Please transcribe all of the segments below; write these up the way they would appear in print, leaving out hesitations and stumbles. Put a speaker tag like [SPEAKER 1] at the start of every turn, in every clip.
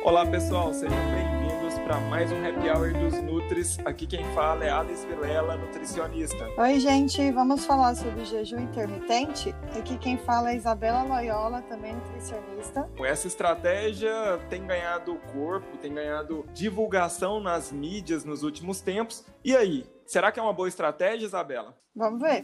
[SPEAKER 1] Olá pessoal, sejam bem-vindos para mais um Happy Hour dos Nutris. Aqui quem fala é Alice Vilela, nutricionista.
[SPEAKER 2] Oi gente, vamos falar sobre jejum intermitente? Aqui quem fala é Isabela Loyola, também nutricionista.
[SPEAKER 1] Essa estratégia tem ganhado corpo, tem ganhado divulgação nas mídias nos últimos tempos. E aí, será que é uma boa estratégia, Isabela?
[SPEAKER 2] Vamos ver.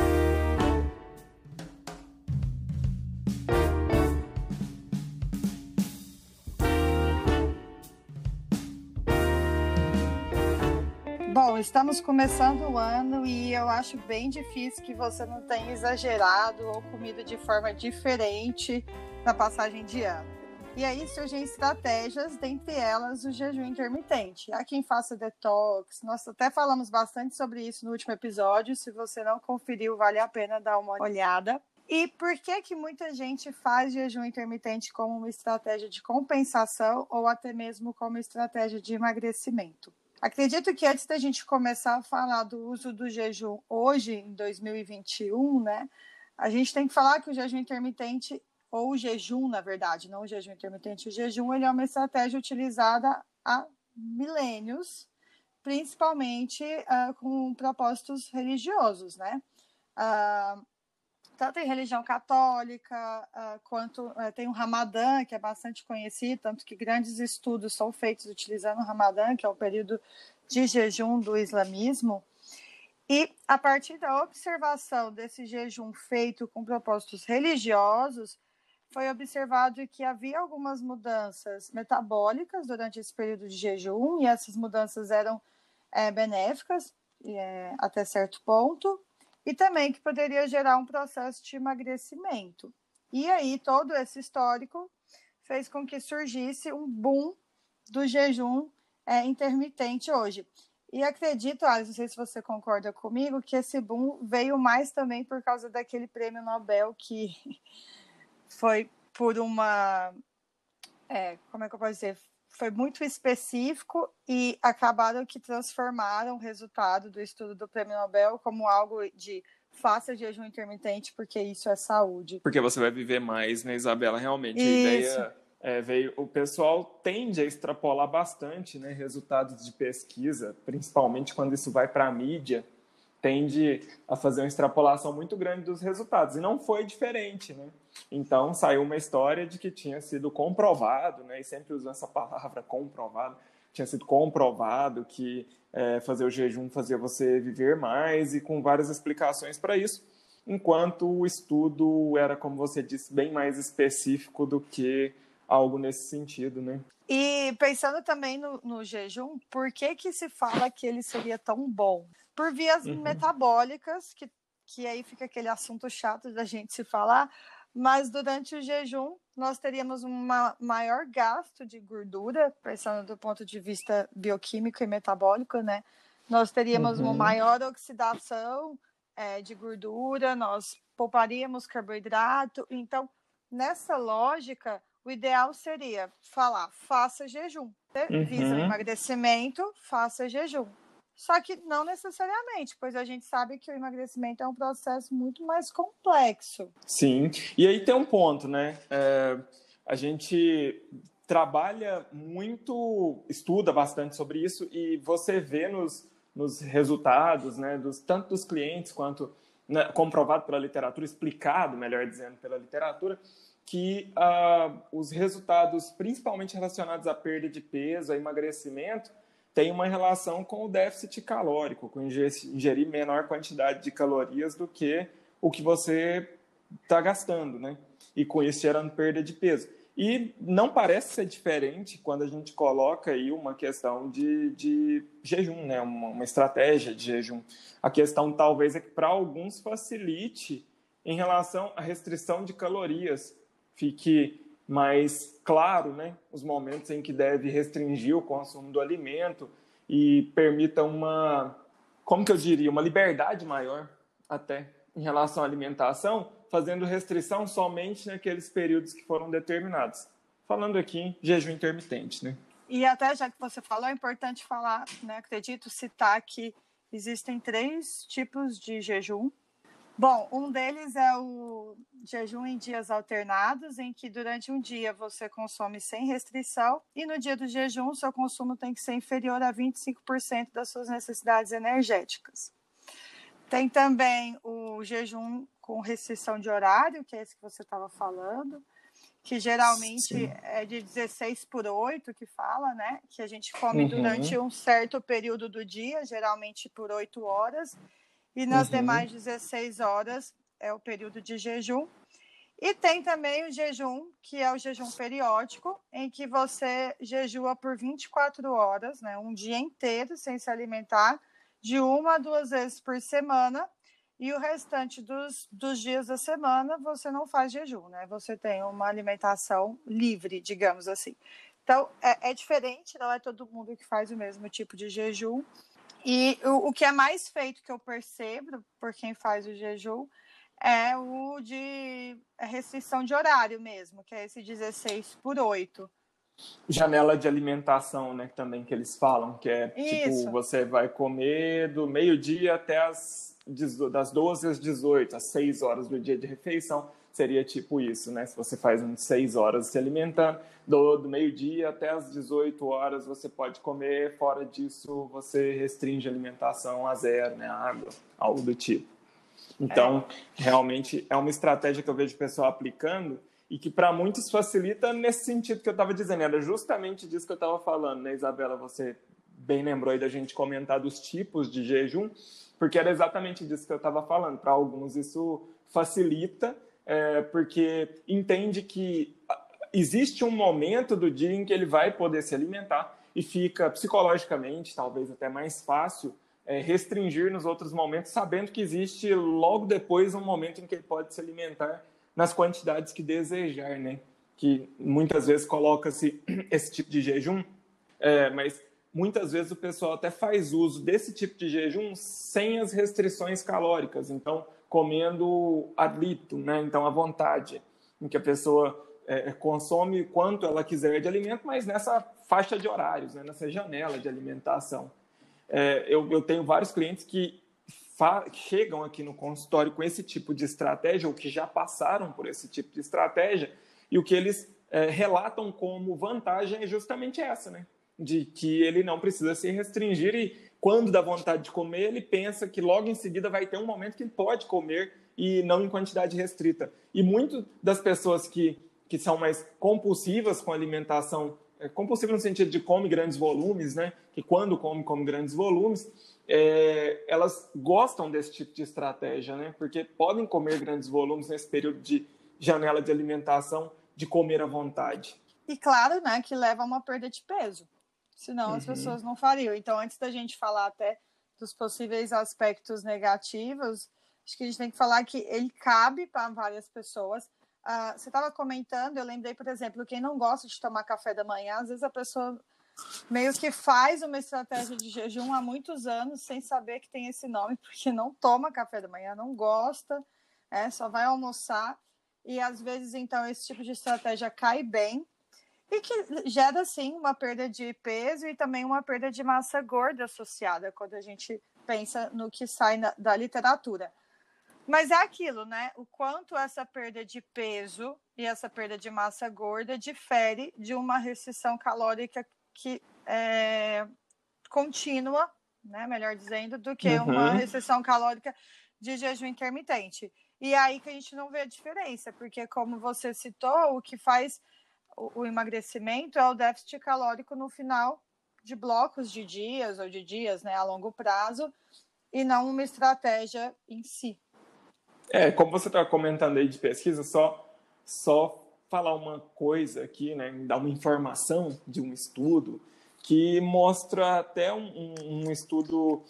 [SPEAKER 2] Bom, estamos começando o ano e eu acho bem difícil que você não tenha exagerado ou comido de forma diferente na passagem de ano. E aí surgem estratégias, dentre elas o jejum intermitente. Há quem faça detox, nós até falamos bastante sobre isso no último episódio, se você não conferiu, vale a pena dar uma olhada. E por que muita gente faz jejum intermitente como uma estratégia de compensação ou até mesmo como estratégia de emagrecimento? Acredito que antes da gente começar a falar do uso do jejum hoje, em 2021, né, a gente tem que falar que o jejum intermitente, ou o jejum, na verdade, não o jejum intermitente, o jejum ele é uma estratégia utilizada há milênios, principalmente com propósitos religiosos, né? Tanto em religião católica, quanto tem o Ramadã, que é bastante conhecido, tanto que grandes estudos são feitos utilizando o Ramadã, que é o período de jejum do islamismo. E a partir da observação desse jejum feito com propósitos religiosos, foi observado que havia algumas mudanças metabólicas durante esse período de jejum, e essas mudanças eram benéficas até certo ponto, e também que poderia gerar um processo de emagrecimento. E aí todo esse histórico fez com que surgisse um boom do jejum intermitente hoje. E acredito, Alice, não sei se você concorda comigo, que esse boom veio mais também por causa daquele prêmio Nobel que foi por uma... como é que eu posso dizer? Foi muito específico e acabaram que transformaram o resultado do estudo do prêmio Nobel como algo de faça jejum intermitente porque isso é saúde.
[SPEAKER 1] Porque você vai viver mais, né, Isabela? Realmente,
[SPEAKER 2] Isso.
[SPEAKER 1] A ideia veio... O pessoal tende a extrapolar bastante, né, resultados de pesquisa, principalmente quando isso vai para a mídia, tende a fazer uma extrapolação muito grande dos resultados. E não foi diferente, né? Então, saiu uma história de que tinha sido comprovado, né? E sempre usando essa palavra, comprovado, tinha sido comprovado que fazer o jejum fazia você viver mais e com várias explicações para isso, enquanto o estudo era, como você disse, bem mais específico do que algo nesse sentido, né?
[SPEAKER 2] E pensando também no jejum, por que se fala que ele seria tão bom? Por vias metabólicas, que aí fica aquele assunto chato da gente se falar, mas durante o jejum nós teríamos um maior gasto de gordura, pensando do ponto de vista bioquímico e metabólico, né? Nós teríamos uma maior oxidação de gordura, nós pouparíamos carboidrato. Então, nessa lógica, o ideal seria falar, faça jejum. Você visa o emagrecimento, faça jejum. Só que não necessariamente, pois a gente sabe que o emagrecimento é um processo muito mais complexo.
[SPEAKER 1] Sim, e aí tem um ponto, né? A gente trabalha muito, estuda bastante sobre isso e você vê nos resultados, né, tanto dos clientes quanto comprovado pela literatura, explicado, melhor dizendo, pela literatura, que os resultados, principalmente relacionados à perda de peso, a emagrecimento, tem uma relação com o déficit calórico, com ingerir menor quantidade de calorias do que o que você está gastando, né? E com isso gerando perda de peso. E não parece ser diferente quando a gente coloca aí uma questão de jejum, né? Uma estratégia de jejum. A questão talvez é que para alguns facilite em relação à restrição de calorias. Fique mais claro, né, os momentos em que deve restringir o consumo do alimento e permita como que eu diria, uma liberdade maior até em relação à alimentação, fazendo restrição somente naqueles períodos que foram determinados. Falando aqui em jejum intermitente, né?
[SPEAKER 2] E até já que você falou, é importante falar, né, acredito, citar que existem 3 tipos de jejum. Bom, um deles é o jejum em dias alternados, em que durante um dia você consome sem restrição e no dia do jejum o seu consumo tem que ser inferior a 25% das suas necessidades energéticas. Tem também o jejum com restrição de horário, que é esse que você estava falando, que geralmente Sim. é de 16/8, que fala, né? Que a gente come durante um certo período do dia, geralmente por 8 horas, e nas demais 16 horas é o período de jejum. E tem também o jejum, que é o jejum periódico, em que você jejua por 24 horas, né? Um dia inteiro sem se alimentar, de 1 a 2 vezes por semana, e o restante dos dias da semana você não faz jejum, né? Você tem uma alimentação livre, digamos assim. Então, é diferente, não é todo mundo que faz o mesmo tipo de jejum. E o que é mais feito, que eu percebo por quem faz o jejum, é o de restrição de horário mesmo, que é esse 16/8.
[SPEAKER 1] Janela de alimentação, né, também que eles falam, que é
[SPEAKER 2] Isso.
[SPEAKER 1] Tipo, você vai comer do meio-dia até das 12 às 18, às 6 horas do dia de refeição, seria tipo isso, né? Se você faz uns 6 horas se alimentando, do meio-dia até as 18 horas você pode comer, fora disso você restringe a alimentação a 0, né? Água, algo do tipo. Então, realmente é uma estratégia que eu vejo o pessoal aplicando e que para muitos facilita nesse sentido que eu estava dizendo. Era justamente disso que eu estava falando, né, Isabela? Você bem lembrou aí da gente comentar dos tipos de jejum, porque era exatamente disso que eu estava falando. Para alguns isso facilita, porque entende que existe um momento do dia em que ele vai poder se alimentar e fica psicologicamente, talvez até mais fácil, restringir nos outros momentos, sabendo que existe logo depois um momento em que ele pode se alimentar nas quantidades que desejar, né? Que muitas vezes coloca-se esse tipo de jejum, mas muitas vezes o pessoal até faz uso desse tipo de jejum sem as restrições calóricas, então comendo ad libitum, né? Então à vontade, em que a pessoa consome quanto ela quiser de alimento, mas nessa faixa de horários, né? Nessa janela de alimentação. Eu tenho vários clientes que chegam aqui no consultório com esse tipo de estratégia, ou que já passaram por esse tipo de estratégia, e o que eles relatam como vantagem é justamente essa, né? De que ele não precisa se restringir e, quando dá vontade de comer, ele pensa que logo em seguida vai ter um momento que ele pode comer e não em quantidade restrita. E muitas das pessoas que são mais compulsivas com a alimentação, compulsiva no sentido de come grandes volumes, né? Que quando come grandes volumes, elas gostam desse tipo de estratégia, né? Porque podem comer grandes volumes nesse período de janela de alimentação, de comer à vontade.
[SPEAKER 2] E claro, né, que leva a uma perda de peso, senão as pessoas não fariam. Então, antes da gente falar até dos possíveis aspectos negativos, acho que a gente tem que falar que ele cabe para várias pessoas. Você estava comentando, eu lembrei, por exemplo, quem não gosta de tomar café da manhã, às vezes a pessoa meio que faz uma estratégia de jejum há muitos anos sem saber que tem esse nome, porque não toma café da manhã, não gosta, só vai almoçar, e às vezes, então, esse tipo de estratégia cai bem, e que gera, sim, uma perda de peso e também uma perda de massa gorda associada, quando a gente pensa no que sai da literatura. Mas é aquilo, né? O quanto essa perda de peso e essa perda de massa gorda difere de uma restrição calórica que é contínua, né? Melhor dizendo, do que uma restrição calórica de jejum intermitente. E aí que a gente não vê a diferença, porque, como você citou, o que faz o emagrecimento é o déficit calórico no final de blocos de dias ou de dias, né, a longo prazo, e não uma estratégia em si.
[SPEAKER 1] Como você está comentando aí de pesquisa, só falar uma coisa aqui, né, dar uma informação de um estudo que mostra até um estudo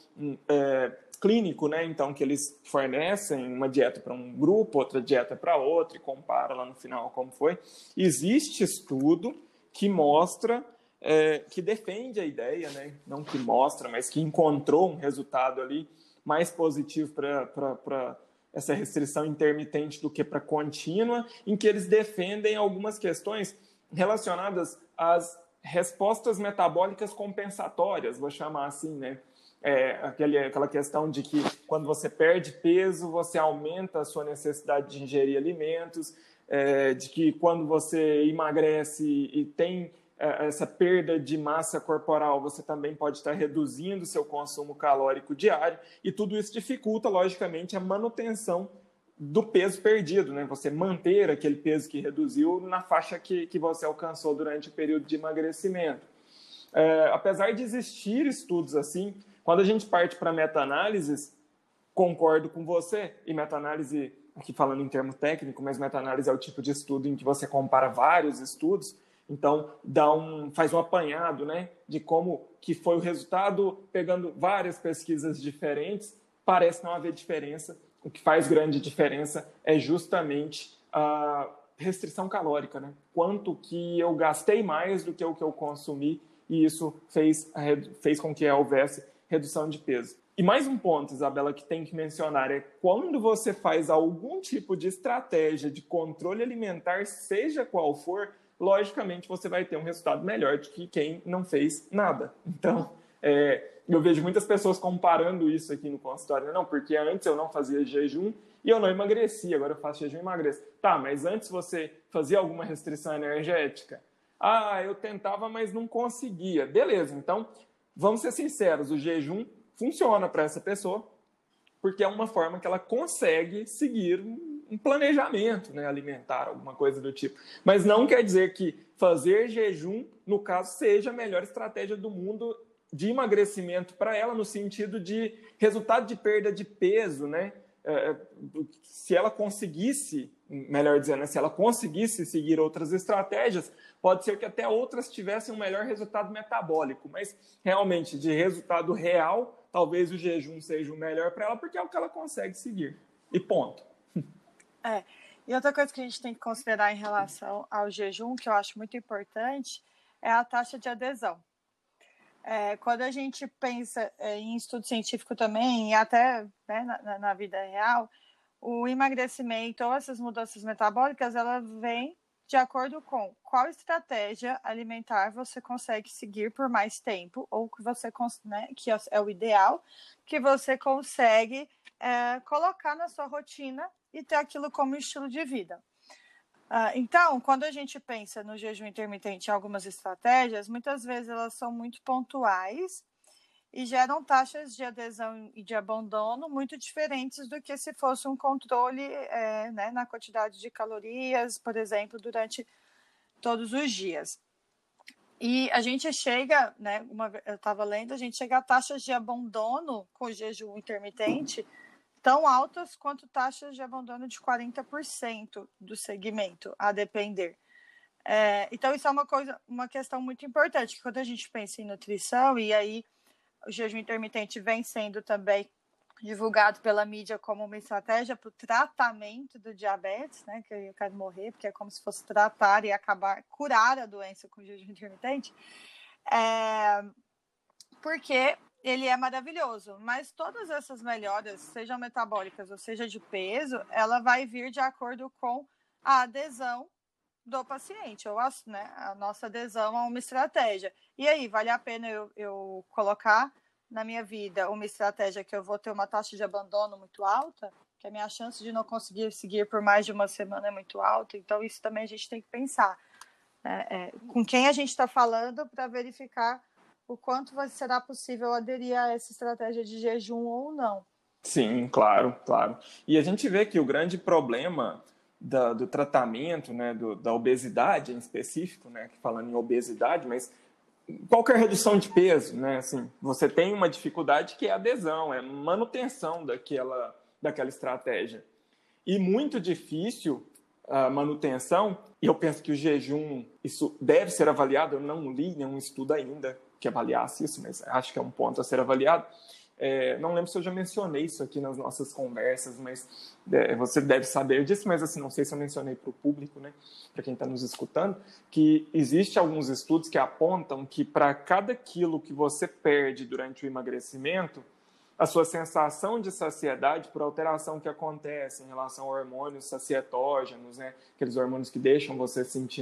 [SPEAKER 1] clínico, né, então, que eles fornecem uma dieta para um grupo, outra dieta para outro, e compara lá no final como foi. Existe estudo que mostra, que defende a ideia, né, não que mostra, mas que encontrou um resultado ali mais positivo para essa restrição intermitente do que para contínua, em que eles defendem algumas questões relacionadas às respostas metabólicas compensatórias, vou chamar assim, né? Aquela questão de que quando você perde peso, você aumenta a sua necessidade de ingerir alimentos, de que quando você emagrece e tem essa perda de massa corporal, você também pode estar reduzindo o seu consumo calórico diário, e tudo isso dificulta, logicamente, a manutenção do peso perdido, né? Você manter aquele peso que reduziu na faixa que você alcançou durante o período de emagrecimento. Apesar de existir estudos assim, quando a gente parte para meta-análises, concordo com você, e meta-análise, aqui falando em termo técnico, mas meta-análise é o tipo de estudo em que você compara vários estudos, então faz um apanhado, né, de como que foi o resultado, pegando várias pesquisas diferentes, parece não haver diferença. O que faz grande diferença é justamente a restrição calórica, né? Quanto que eu gastei mais do que o que eu consumi, e isso fez com que houvesse redução de peso. E mais um ponto, Isabela, que tem que mencionar é quando você faz algum tipo de estratégia de controle alimentar, seja qual for, logicamente você vai ter um resultado melhor do que quem não fez nada. Então, eu vejo muitas pessoas comparando isso aqui no consultório. Não, porque antes eu não fazia jejum e eu não emagreci, agora eu faço jejum e emagreço. Tá, mas antes você fazia alguma restrição energética? Eu tentava, mas não conseguia. Beleza, então, vamos ser sinceros, o jejum funciona para essa pessoa, porque é uma forma que ela consegue seguir um planejamento, né, alimentar, alguma coisa do tipo. Mas não quer dizer que fazer jejum, no caso, seja a melhor estratégia do mundo de emagrecimento para ela, no sentido de resultado de perda de peso, né? Se ela conseguisse, melhor dizendo, se ela conseguisse seguir outras estratégias, pode ser que até outras tivessem um melhor resultado metabólico, mas realmente de resultado real, talvez o jejum seja o melhor para ela, porque é o que ela consegue seguir. E ponto.
[SPEAKER 2] E outra coisa que a gente tem que considerar em relação ao jejum, que eu acho muito importante, é a taxa de adesão. Quando a gente pensa em estudo científico também, e até, né, na vida real, o emagrecimento ou essas mudanças metabólicas, ela vem de acordo com qual estratégia alimentar você consegue seguir por mais tempo, ou que você, né, que é o ideal, que você consegue colocar na sua rotina e ter aquilo como estilo de vida. Então, quando a gente pensa no jejum intermitente em algumas estratégias, muitas vezes elas são muito pontuais e geram taxas de adesão e de abandono muito diferentes do que se fosse um controle né, na quantidade de calorias, por exemplo, durante todos os dias. E a gente chega, né, eu estava lendo, a gente chega a taxas de abandono com o jejum intermitente tão altas quanto taxas de abandono de 40% do segmento, a depender. Então, isso é uma questão muito importante, que quando a gente pensa em nutrição, e aí o jejum intermitente vem sendo também divulgado pela mídia como uma estratégia para o tratamento do diabetes, né, que eu quero morrer, porque é como se fosse tratar e curar a doença com o jejum intermitente, porque ele é maravilhoso, mas todas essas melhoras, sejam metabólicas ou seja de peso, ela vai vir de acordo com a adesão do paciente, ou a nossa adesão a uma estratégia. E aí, vale a pena eu colocar na minha vida uma estratégia que eu vou ter uma taxa de abandono muito alta, que a minha chance de não conseguir seguir por mais de uma semana é muito alta, então isso também a gente tem que pensar. Com quem a gente está falando para verificar o quanto será possível aderir a essa estratégia de jejum ou não.
[SPEAKER 1] Sim, claro, claro. E a gente vê que o grande problema do tratamento, né, da obesidade em específico, né, falando em obesidade, mas qualquer redução de peso, né, assim, você tem uma dificuldade que é a adesão, é manutenção daquela estratégia. E muito difícil a manutenção, e eu penso que o jejum, isso deve ser avaliado, eu não li nenhum estudo ainda que avaliasse isso, mas acho que é um ponto a ser avaliado. Não lembro se eu já mencionei isso aqui nas nossas conversas, mas você deve saber disso, mas assim, não sei se eu mencionei para o público, né, para quem está nos escutando, que existe alguns estudos que apontam que para cada quilo que você perde durante o emagrecimento, a sua sensação de saciedade por alteração que acontece em relação a hormônios sacietógenos, né, aqueles hormônios que deixam você sentindo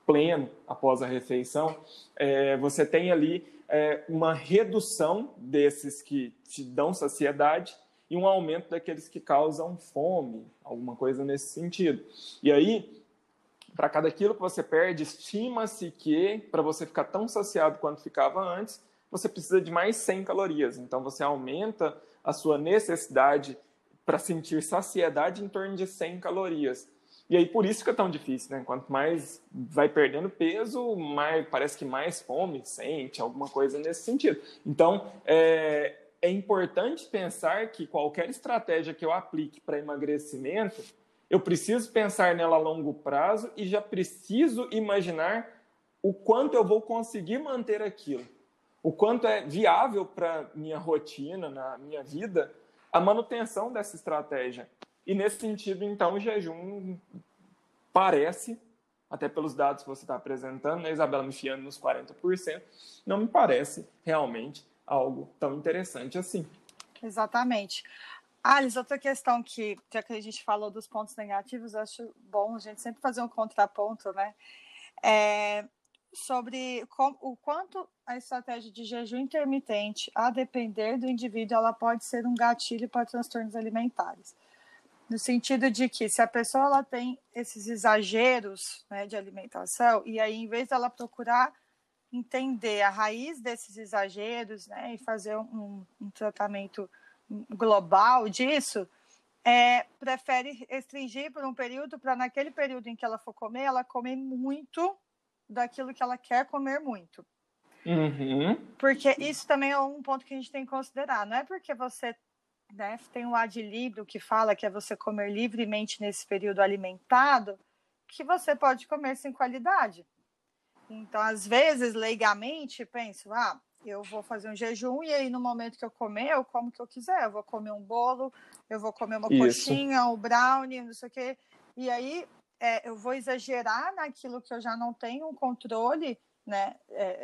[SPEAKER 1] pleno após a refeição, você tem ali uma redução desses que te dão saciedade e um aumento daqueles que causam fome, alguma coisa nesse sentido. E aí, para cada quilo que você perde, estima-se que, para você ficar tão saciado quanto ficava antes, você precisa de mais 100 calorias. Então, você aumenta a sua necessidade para sentir saciedade em torno de 100 calorias. E aí, por isso que é tão difícil, né? Quanto mais vai perdendo peso, parece que mais fome sente, alguma coisa nesse sentido. Então, é importante pensar que qualquer estratégia que eu aplique para emagrecimento, eu preciso pensar nela a longo prazo e já preciso imaginar o quanto eu vou conseguir manter aquilo, o quanto é viável para minha rotina, na minha vida, a manutenção dessa estratégia. E nesse sentido, então, o jejum parece, até pelos dados que você está apresentando, né, Isabela, me fiando nos 40%, não me parece realmente algo tão interessante assim.
[SPEAKER 2] Exatamente. Alice, outra questão que, já que a gente falou dos pontos negativos, eu acho bom a gente sempre fazer um contraponto, né? Sobre o quanto a estratégia de jejum intermitente, a depender do indivíduo, ela pode ser um gatilho para transtornos alimentares. No sentido de que, se a pessoa ela tem esses exageros, né, de alimentação, e aí, em vez dela procurar entender a raiz desses exageros, né, e fazer um tratamento global disso, prefere restringir por um período, para naquele período em que ela for comer, ela comer muito daquilo que ela quer comer muito.
[SPEAKER 1] Uhum.
[SPEAKER 2] Porque isso também é um ponto que a gente tem que considerar. Não é porque você, né, tem um ad libido que fala que é você comer livremente nesse período alimentado, que você pode comer sem qualidade. Então, às vezes, leigamente, penso, eu vou fazer um jejum e aí no momento que eu comer, eu como o que eu quiser. Eu vou comer um bolo, eu vou comer uma coxinha, um brownie, não sei o quê. E aí eu vou exagerar naquilo que eu já não tenho um controle, né?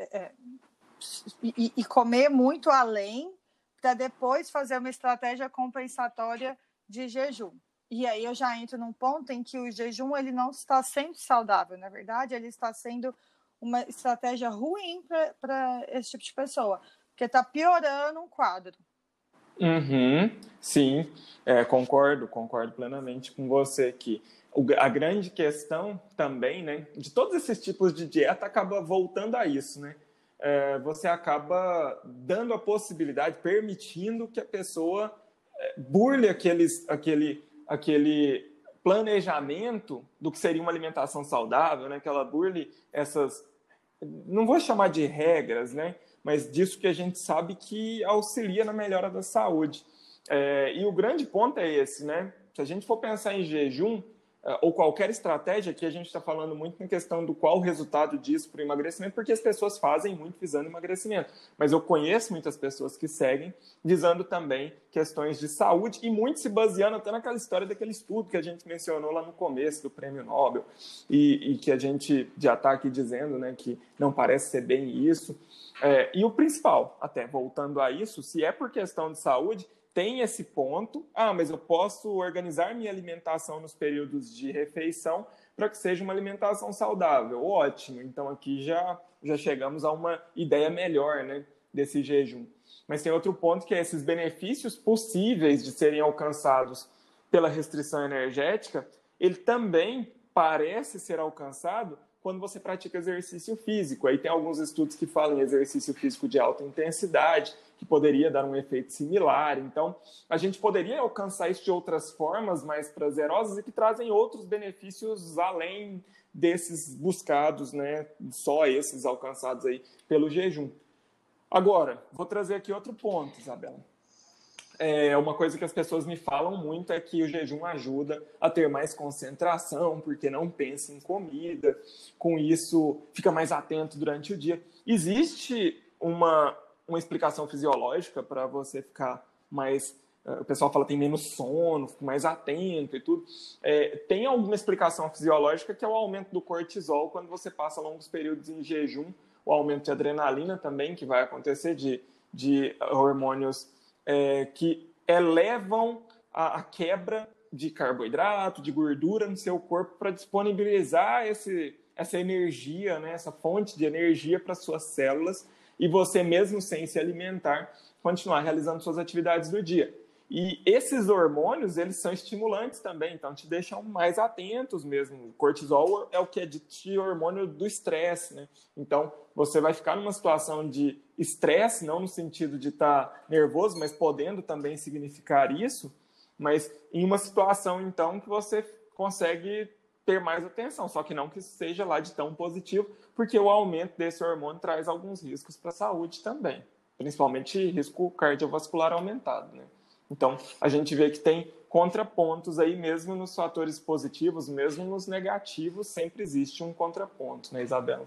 [SPEAKER 2] E comer muito além para depois fazer uma estratégia compensatória de jejum. E aí eu já entro num ponto em que o jejum ele não está sendo saudável, na verdade, ele está sendo uma estratégia ruim para esse tipo de pessoa, porque está piorando um quadro.
[SPEAKER 1] Uhum, sim, concordo plenamente com você aqui. A grande questão também, né, de todos esses tipos de dieta acaba voltando a isso, né? Você acaba dando a possibilidade, permitindo que a pessoa burle aquele planejamento do que seria uma alimentação saudável, né? Que ela burle essas, não vou chamar de regras, né? Mas disso que a gente sabe que auxilia na melhora da saúde. E o grande ponto é esse, né? Se a gente for pensar em jejum, ou qualquer estratégia, aqui a gente está falando muito na questão do qual o resultado disso para o emagrecimento, porque as pessoas fazem muito visando emagrecimento. Mas eu conheço muitas pessoas que seguem visando também questões de saúde e muito se baseando até naquela história daquele estudo que a gente mencionou lá no começo do Prêmio Nobel e que a gente já está aqui dizendo, né, que não parece ser bem isso. E o principal, até voltando a isso, se é por questão de saúde, tem esse ponto, mas eu posso organizar minha alimentação nos períodos de refeição para que seja uma alimentação saudável. Ótimo, então aqui já chegamos a uma ideia melhor, né, desse jejum. Mas tem outro ponto que é esses benefícios possíveis de serem alcançados pela restrição energética, ele também parece ser alcançado quando você pratica exercício físico. Aí tem alguns estudos que falam em exercício físico de alta intensidade, que poderia dar um efeito similar. Então, a gente poderia alcançar isso de outras formas mais prazerosas e que trazem outros benefícios além desses buscados, né? Só esses alcançados aí pelo jejum. Agora, vou trazer aqui outro ponto, Isabela. Uma coisa que as pessoas me falam muito é que o jejum ajuda a ter mais concentração, porque não pensa em comida, com isso fica mais atento durante o dia. Existe uma explicação fisiológica para você ficar mais... O pessoal fala que tem menos sono, fica mais atento e tudo. Tem alguma explicação fisiológica que é o aumento do cortisol quando você passa longos períodos em jejum, o aumento de adrenalina também, que vai acontecer de hormônios que elevam a quebra de carboidrato, de gordura no seu corpo para disponibilizar essa energia, né, essa fonte de energia para suas células e você mesmo sem se alimentar, continuar realizando suas atividades do dia. E esses hormônios, eles são estimulantes também, então te deixam mais atentos mesmo. O cortisol é o que é de hormônio do estresse, né? Então, você vai ficar numa situação de estresse, não no sentido de estar nervoso, mas podendo também significar isso, mas em uma situação, então, que você consegue ter mais atenção, só que não que seja lá de tão positivo, porque o aumento desse hormônio traz alguns riscos para a saúde também, principalmente risco cardiovascular aumentado, né? Então, a gente vê que tem contrapontos aí, mesmo nos fatores positivos, mesmo nos negativos, sempre existe um contraponto, né, Isabela?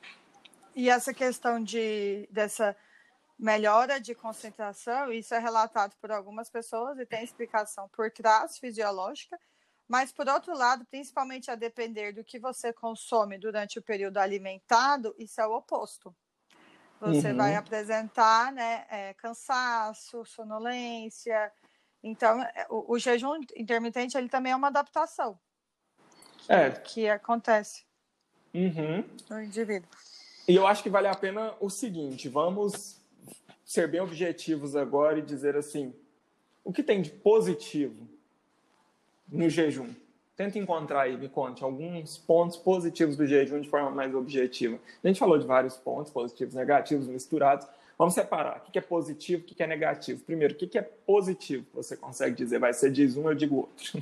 [SPEAKER 2] E essa questão dessa melhora de concentração, isso é relatado por algumas pessoas e tem explicação por trás fisiológica, mas, por outro lado, principalmente a depender do que você consome durante o período alimentado, isso é o oposto. Você vai apresentar, né, cansaço, sonolência. Então, o jejum intermitente ele também é uma adaptação que acontece no indivíduo.
[SPEAKER 1] E eu acho que vale a pena o seguinte, vamos ser bem objetivos agora e dizer assim, o que tem de positivo no jejum? Tenta encontrar aí, me conte, alguns pontos positivos do jejum de forma mais objetiva. A gente falou de vários pontos, positivos, negativos, misturados. Vamos separar. O que é positivo, o que é negativo? Primeiro, o que é positivo? Você consegue dizer, vai ser diz um, eu digo outro.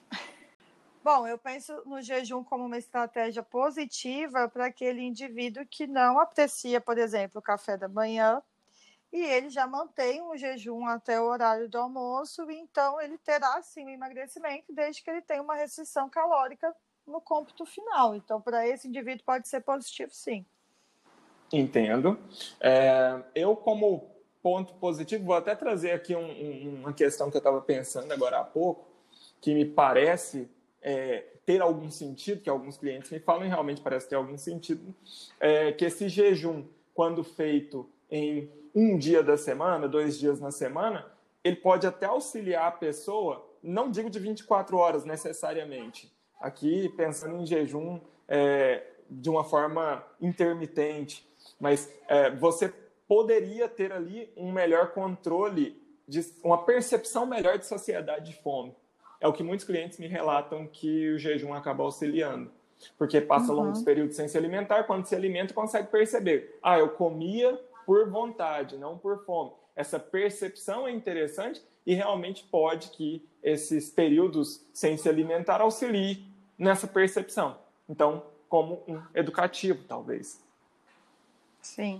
[SPEAKER 2] Bom, eu penso no jejum como uma estratégia positiva para aquele indivíduo que não aprecia, por exemplo, o café da manhã, e ele já mantém um jejum até o horário do almoço, então ele terá sim um emagrecimento, desde que ele tenha uma restrição calórica no cômputo final. Então, para esse indivíduo pode ser positivo, sim.
[SPEAKER 1] Entendo. Eu, como ponto positivo, vou até trazer aqui uma questão que eu estava pensando agora há pouco, que me parece ter algum sentido, que alguns clientes me falam e realmente parece ter algum sentido, que esse jejum, quando feito em um dia da semana, 2 dias na semana, ele pode até auxiliar a pessoa, não digo de 24 horas necessariamente, aqui pensando em jejum de uma forma intermitente, mas você poderia ter ali um melhor controle, uma percepção melhor de saciedade de fome. É o que muitos clientes me relatam que o jejum acaba auxiliando. Porque passa longos períodos sem se alimentar, quando se alimenta consegue perceber. Eu comia por vontade, não por fome. Essa percepção é interessante e realmente pode que esses períodos sem se alimentar auxiliem nessa percepção. Então, como um educativo, talvez.
[SPEAKER 2] Sim.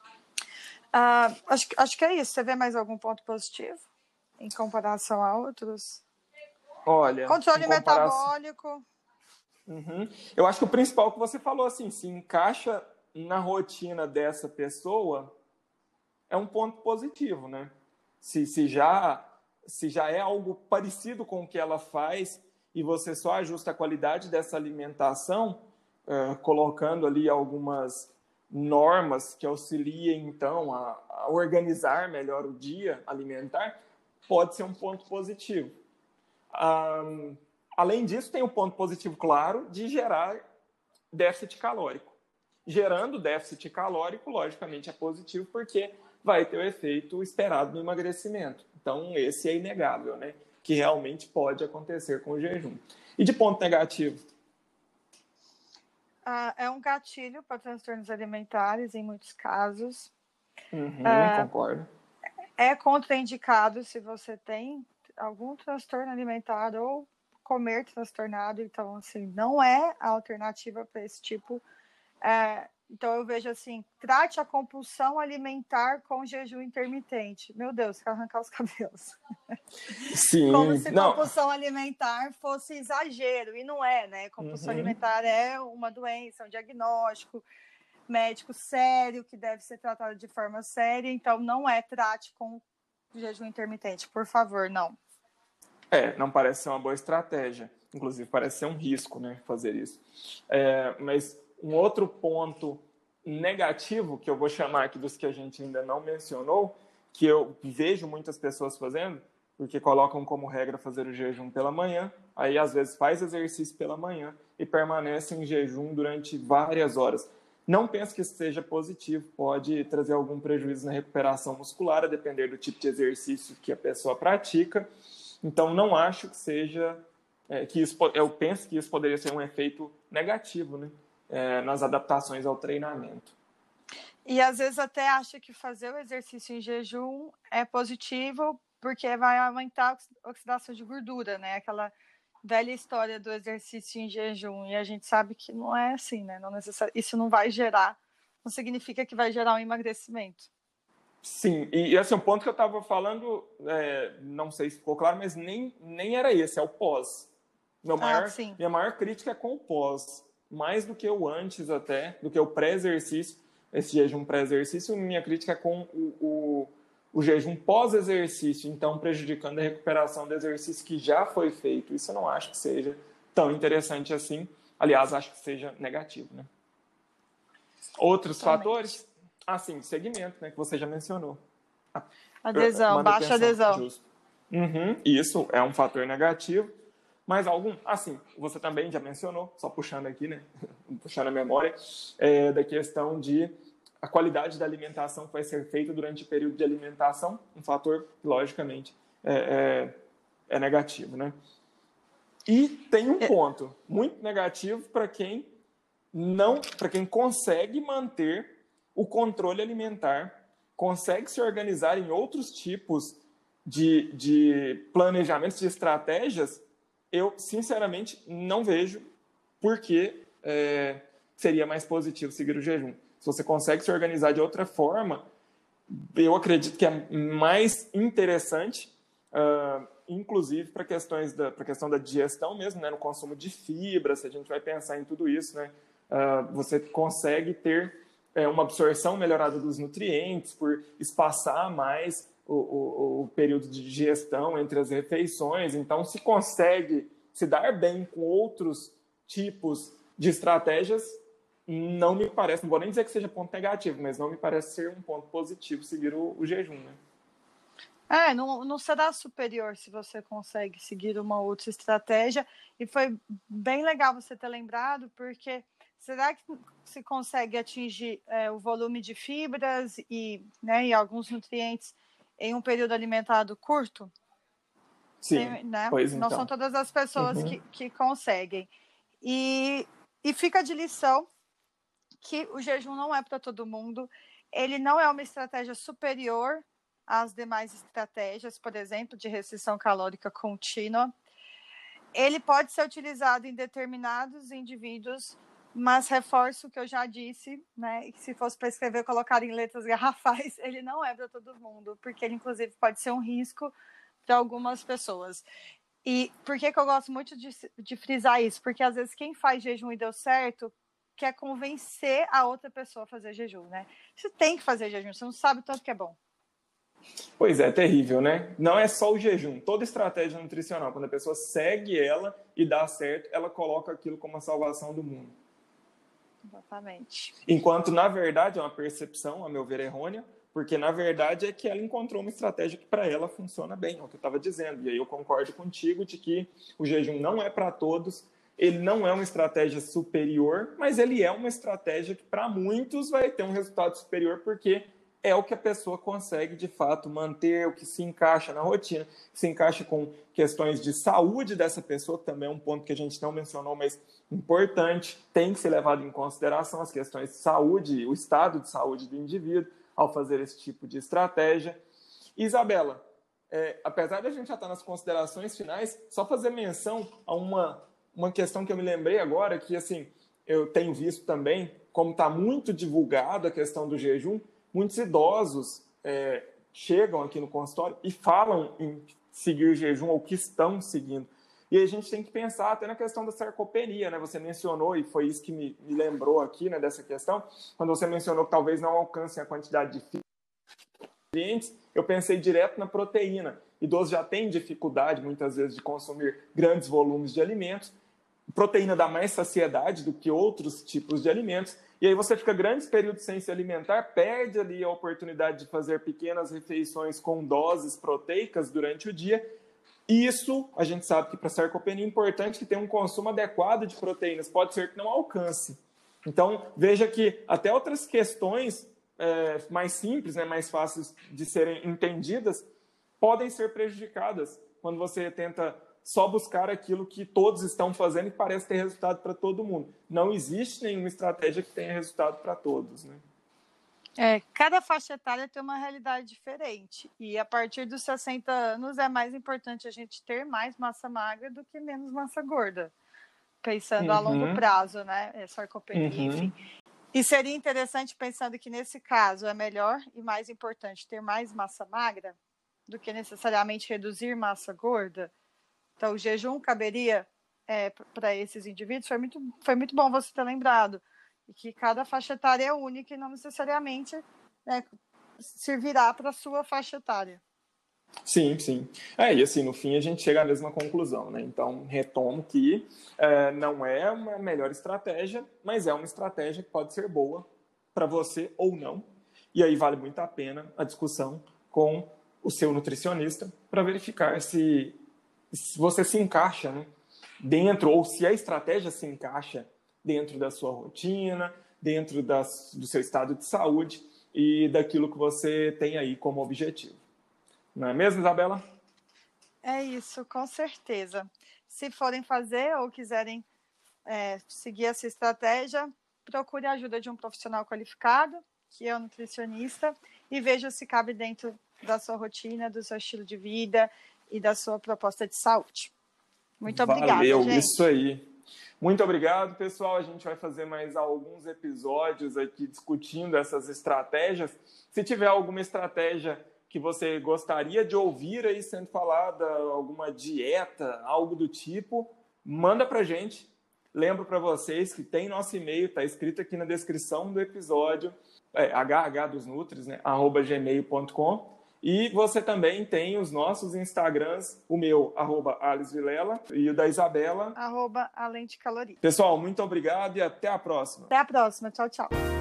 [SPEAKER 2] Acho que é isso. Você vê mais algum ponto positivo em comparação a outros?
[SPEAKER 1] Olha,
[SPEAKER 2] controle metabólico.
[SPEAKER 1] Eu acho que o principal que você falou, assim, se encaixa na rotina dessa pessoa, é um ponto positivo, né? Se já é algo parecido com o que ela faz e você só ajusta a qualidade dessa alimentação, colocando ali algumas normas que auxiliem, então, a organizar melhor o dia alimentar, pode ser um ponto positivo. Além disso, tem um ponto positivo, claro, de gerar déficit calórico. Gerando déficit calórico, logicamente, é positivo, porque vai ter o efeito esperado no emagrecimento. Então, esse é inegável, né? Que realmente pode acontecer com o jejum. E de ponto negativo?
[SPEAKER 2] É um gatilho para transtornos alimentares, em muitos casos.
[SPEAKER 1] Concordo.
[SPEAKER 2] É contraindicado se você tem algum transtorno alimentar ou comer transtornado. Então, assim, não é a alternativa para esse tipo. Então, eu vejo assim, trate a compulsão alimentar com jejum intermitente. Meu Deus, quero arrancar os cabelos.
[SPEAKER 1] Sim.
[SPEAKER 2] Como se compulsão alimentar fosse exagero, e não é, né? Compulsão alimentar é uma doença, um diagnóstico médico sério, que deve ser tratado de forma séria, então não trate com jejum intermitente, por favor, não.
[SPEAKER 1] Não parece ser uma boa estratégia. Inclusive, parece ser um risco, né, fazer isso. Mas um outro ponto negativo, que eu vou chamar aqui dos que a gente ainda não mencionou, que eu vejo muitas pessoas fazendo, porque colocam como regra fazer o jejum pela manhã, aí às vezes faz exercício pela manhã e permanece em jejum durante várias horas. Não pense que isso seja positivo, pode trazer algum prejuízo na recuperação muscular, a depender do tipo de exercício que a pessoa pratica. Então, não acho que seja, eu penso que isso poderia ser um efeito negativo, né, nas adaptações ao treinamento.
[SPEAKER 2] E às vezes até acha que fazer o exercício em jejum é positivo porque vai aumentar a oxidação de gordura, né? Aquela velha história do exercício em jejum. E a gente sabe que não é assim, né? Não isso não vai gerar, não significa que vai gerar um emagrecimento.
[SPEAKER 1] Sim, e assim, o ponto que eu estava falando, não sei se ficou claro, mas nem era esse, é o pós. Minha maior crítica é com o pós, mais do que o antes até, do que o pré-exercício, esse jejum pré-exercício, minha crítica é com o jejum pós-exercício, então prejudicando a recuperação do exercício que já foi feito. Isso eu não acho que seja tão interessante assim, aliás, acho que seja negativo, né? Outros fatores? Sim, segmento, né, que você já mencionou.
[SPEAKER 2] Adesão, baixa adesão.
[SPEAKER 1] Justo. Isso é um fator negativo. Mas algum, assim, você também já mencionou, só puxando aqui, né, puxando a memória, da questão de a qualidade da alimentação que vai ser feita durante o período de alimentação, um fator que, logicamente, é negativo, né? E tem um ponto muito negativo para quem consegue manter o controle alimentar, consegue se organizar em outros tipos de planejamentos, de estratégias. Eu, sinceramente, não vejo por que seria mais positivo seguir o jejum. Se você consegue se organizar de outra forma, eu acredito que é mais interessante, inclusive para a questão da digestão mesmo, né, no consumo de fibra, se a gente vai pensar em tudo isso, né, você consegue ter uma absorção melhorada dos nutrientes por espaçar mais o período de digestão entre as refeições. Então, se consegue se dar bem com outros tipos de estratégias, não me parece, não vou nem dizer que seja ponto negativo, mas não me parece ser um ponto positivo seguir o jejum, né?
[SPEAKER 2] Não será superior se você consegue seguir uma outra estratégia. E foi bem legal você ter lembrado, porque será que se consegue atingir o volume de fibras e alguns nutrientes em um período alimentado curto?
[SPEAKER 1] Sim, pois então.
[SPEAKER 2] Não são todas as pessoas que conseguem. E fica de lição que o jejum não é para todo mundo. Ele não é uma estratégia superior às demais estratégias, por exemplo, de restrição calórica contínua. Ele pode ser utilizado em determinados indivíduos, mas reforço o que eu já disse, né? Que se fosse para escrever, colocar em letras garrafais, ele não é para todo mundo, porque ele, inclusive, pode ser um risco para algumas pessoas. E por que eu gosto muito de frisar isso? Porque, às vezes, quem faz jejum e deu certo quer convencer a outra pessoa a fazer jejum, né? Você tem que fazer jejum, você não sabe o tanto que é bom.
[SPEAKER 1] Pois é, terrível, né? Não é só o jejum. Toda estratégia nutricional, quando a pessoa segue ela e dá certo, ela coloca aquilo como a salvação do mundo.
[SPEAKER 2] Exatamente.
[SPEAKER 1] Enquanto, na verdade, é uma percepção, a meu ver, errônea, porque, na verdade, é que ela encontrou uma estratégia que para ela funciona bem, é o que eu estava dizendo. E aí eu concordo contigo de que o jejum não é para todos, ele não é uma estratégia superior, mas ele é uma estratégia que, para muitos, vai ter um resultado superior, porque é o que a pessoa consegue, de fato, manter, o que se encaixa na rotina, se encaixa com questões de saúde dessa pessoa, que também é um ponto que a gente não mencionou, mas importante, tem que ser levado em consideração as questões de saúde, o estado de saúde do indivíduo, ao fazer esse tipo de estratégia. Isabela, apesar da gente já estar nas considerações finais, só fazer menção a uma questão que eu me lembrei agora, que assim, eu tenho visto também, como está muito divulgado a questão do jejum, muitos idosos chegam aqui no consultório e falam em seguir jejum ou que estão seguindo. E a gente tem que pensar até na questão da sarcopenia, né? Você mencionou, e foi isso que me lembrou aqui, né, dessa questão, quando você mencionou que talvez não alcancem a quantidade de nutrientes, eu pensei direto na proteína. Idosos já têm dificuldade, muitas vezes, de consumir grandes volumes de alimentos. Proteína dá mais saciedade do que outros tipos de alimentos. E aí você fica grandes períodos sem se alimentar, perde ali a oportunidade de fazer pequenas refeições com doses proteicas durante o dia, Isso, a gente sabe que para a sarcopenia é importante que tenha um consumo adequado de proteínas. Pode ser que não alcance. Então, veja que até outras questões mais simples, né, mais fáceis de serem entendidas, podem ser prejudicadas quando você tenta só buscar aquilo que todos estão fazendo e parece ter resultado para todo mundo. Não existe nenhuma estratégia que tenha resultado para todos, né?
[SPEAKER 2] Cada faixa etária tem uma realidade diferente. E a partir dos 60 anos é mais importante a gente ter mais massa magra do que menos massa gorda. Pensando a longo prazo, né? Sarcopenia, enfim. E seria interessante, pensando que nesse caso é melhor e mais importante ter mais massa magra do que necessariamente reduzir massa gorda. Então, o jejum caberia para esses indivíduos. Foi muito bom você ter lembrado. E que cada faixa etária é única e não necessariamente servirá para a sua faixa etária.
[SPEAKER 1] Sim, sim. E assim, no fim a gente chega à mesma conclusão, né? Então, retomo que não é uma melhor estratégia, mas é uma estratégia que pode ser boa para você ou não. E aí vale muito a pena a discussão com o seu nutricionista para verificar se você se encaixa, né, dentro, ou se a estratégia se encaixa dentro da sua rotina, dentro do seu estado de saúde e daquilo que você tem aí como objetivo. Não é mesmo, Isabela?
[SPEAKER 2] É isso, com certeza. Se forem fazer ou quiserem seguir essa estratégia, procure a ajuda de um profissional qualificado, que é o nutricionista, e veja se cabe dentro da sua rotina, do seu estilo de vida e da sua proposta de saúde. Muito obrigada,
[SPEAKER 1] Valeu,
[SPEAKER 2] gente.
[SPEAKER 1] Isso aí. Muito obrigado, pessoal. A gente vai fazer mais alguns episódios aqui discutindo essas estratégias. Se tiver alguma estratégia que você gostaria de ouvir aí sendo falada, alguma dieta, algo do tipo, manda pra gente. Lembro para vocês que tem nosso e-mail, está escrito aqui na descrição do episódio, hhdosnutris, né, @gmail.com. E você também tem os nossos Instagrams, o meu, @AlisVilela, e o da Isabela,
[SPEAKER 2] @além de caloria.
[SPEAKER 1] Pessoal, muito obrigado e até a próxima.
[SPEAKER 2] Até a próxima. Tchau, tchau.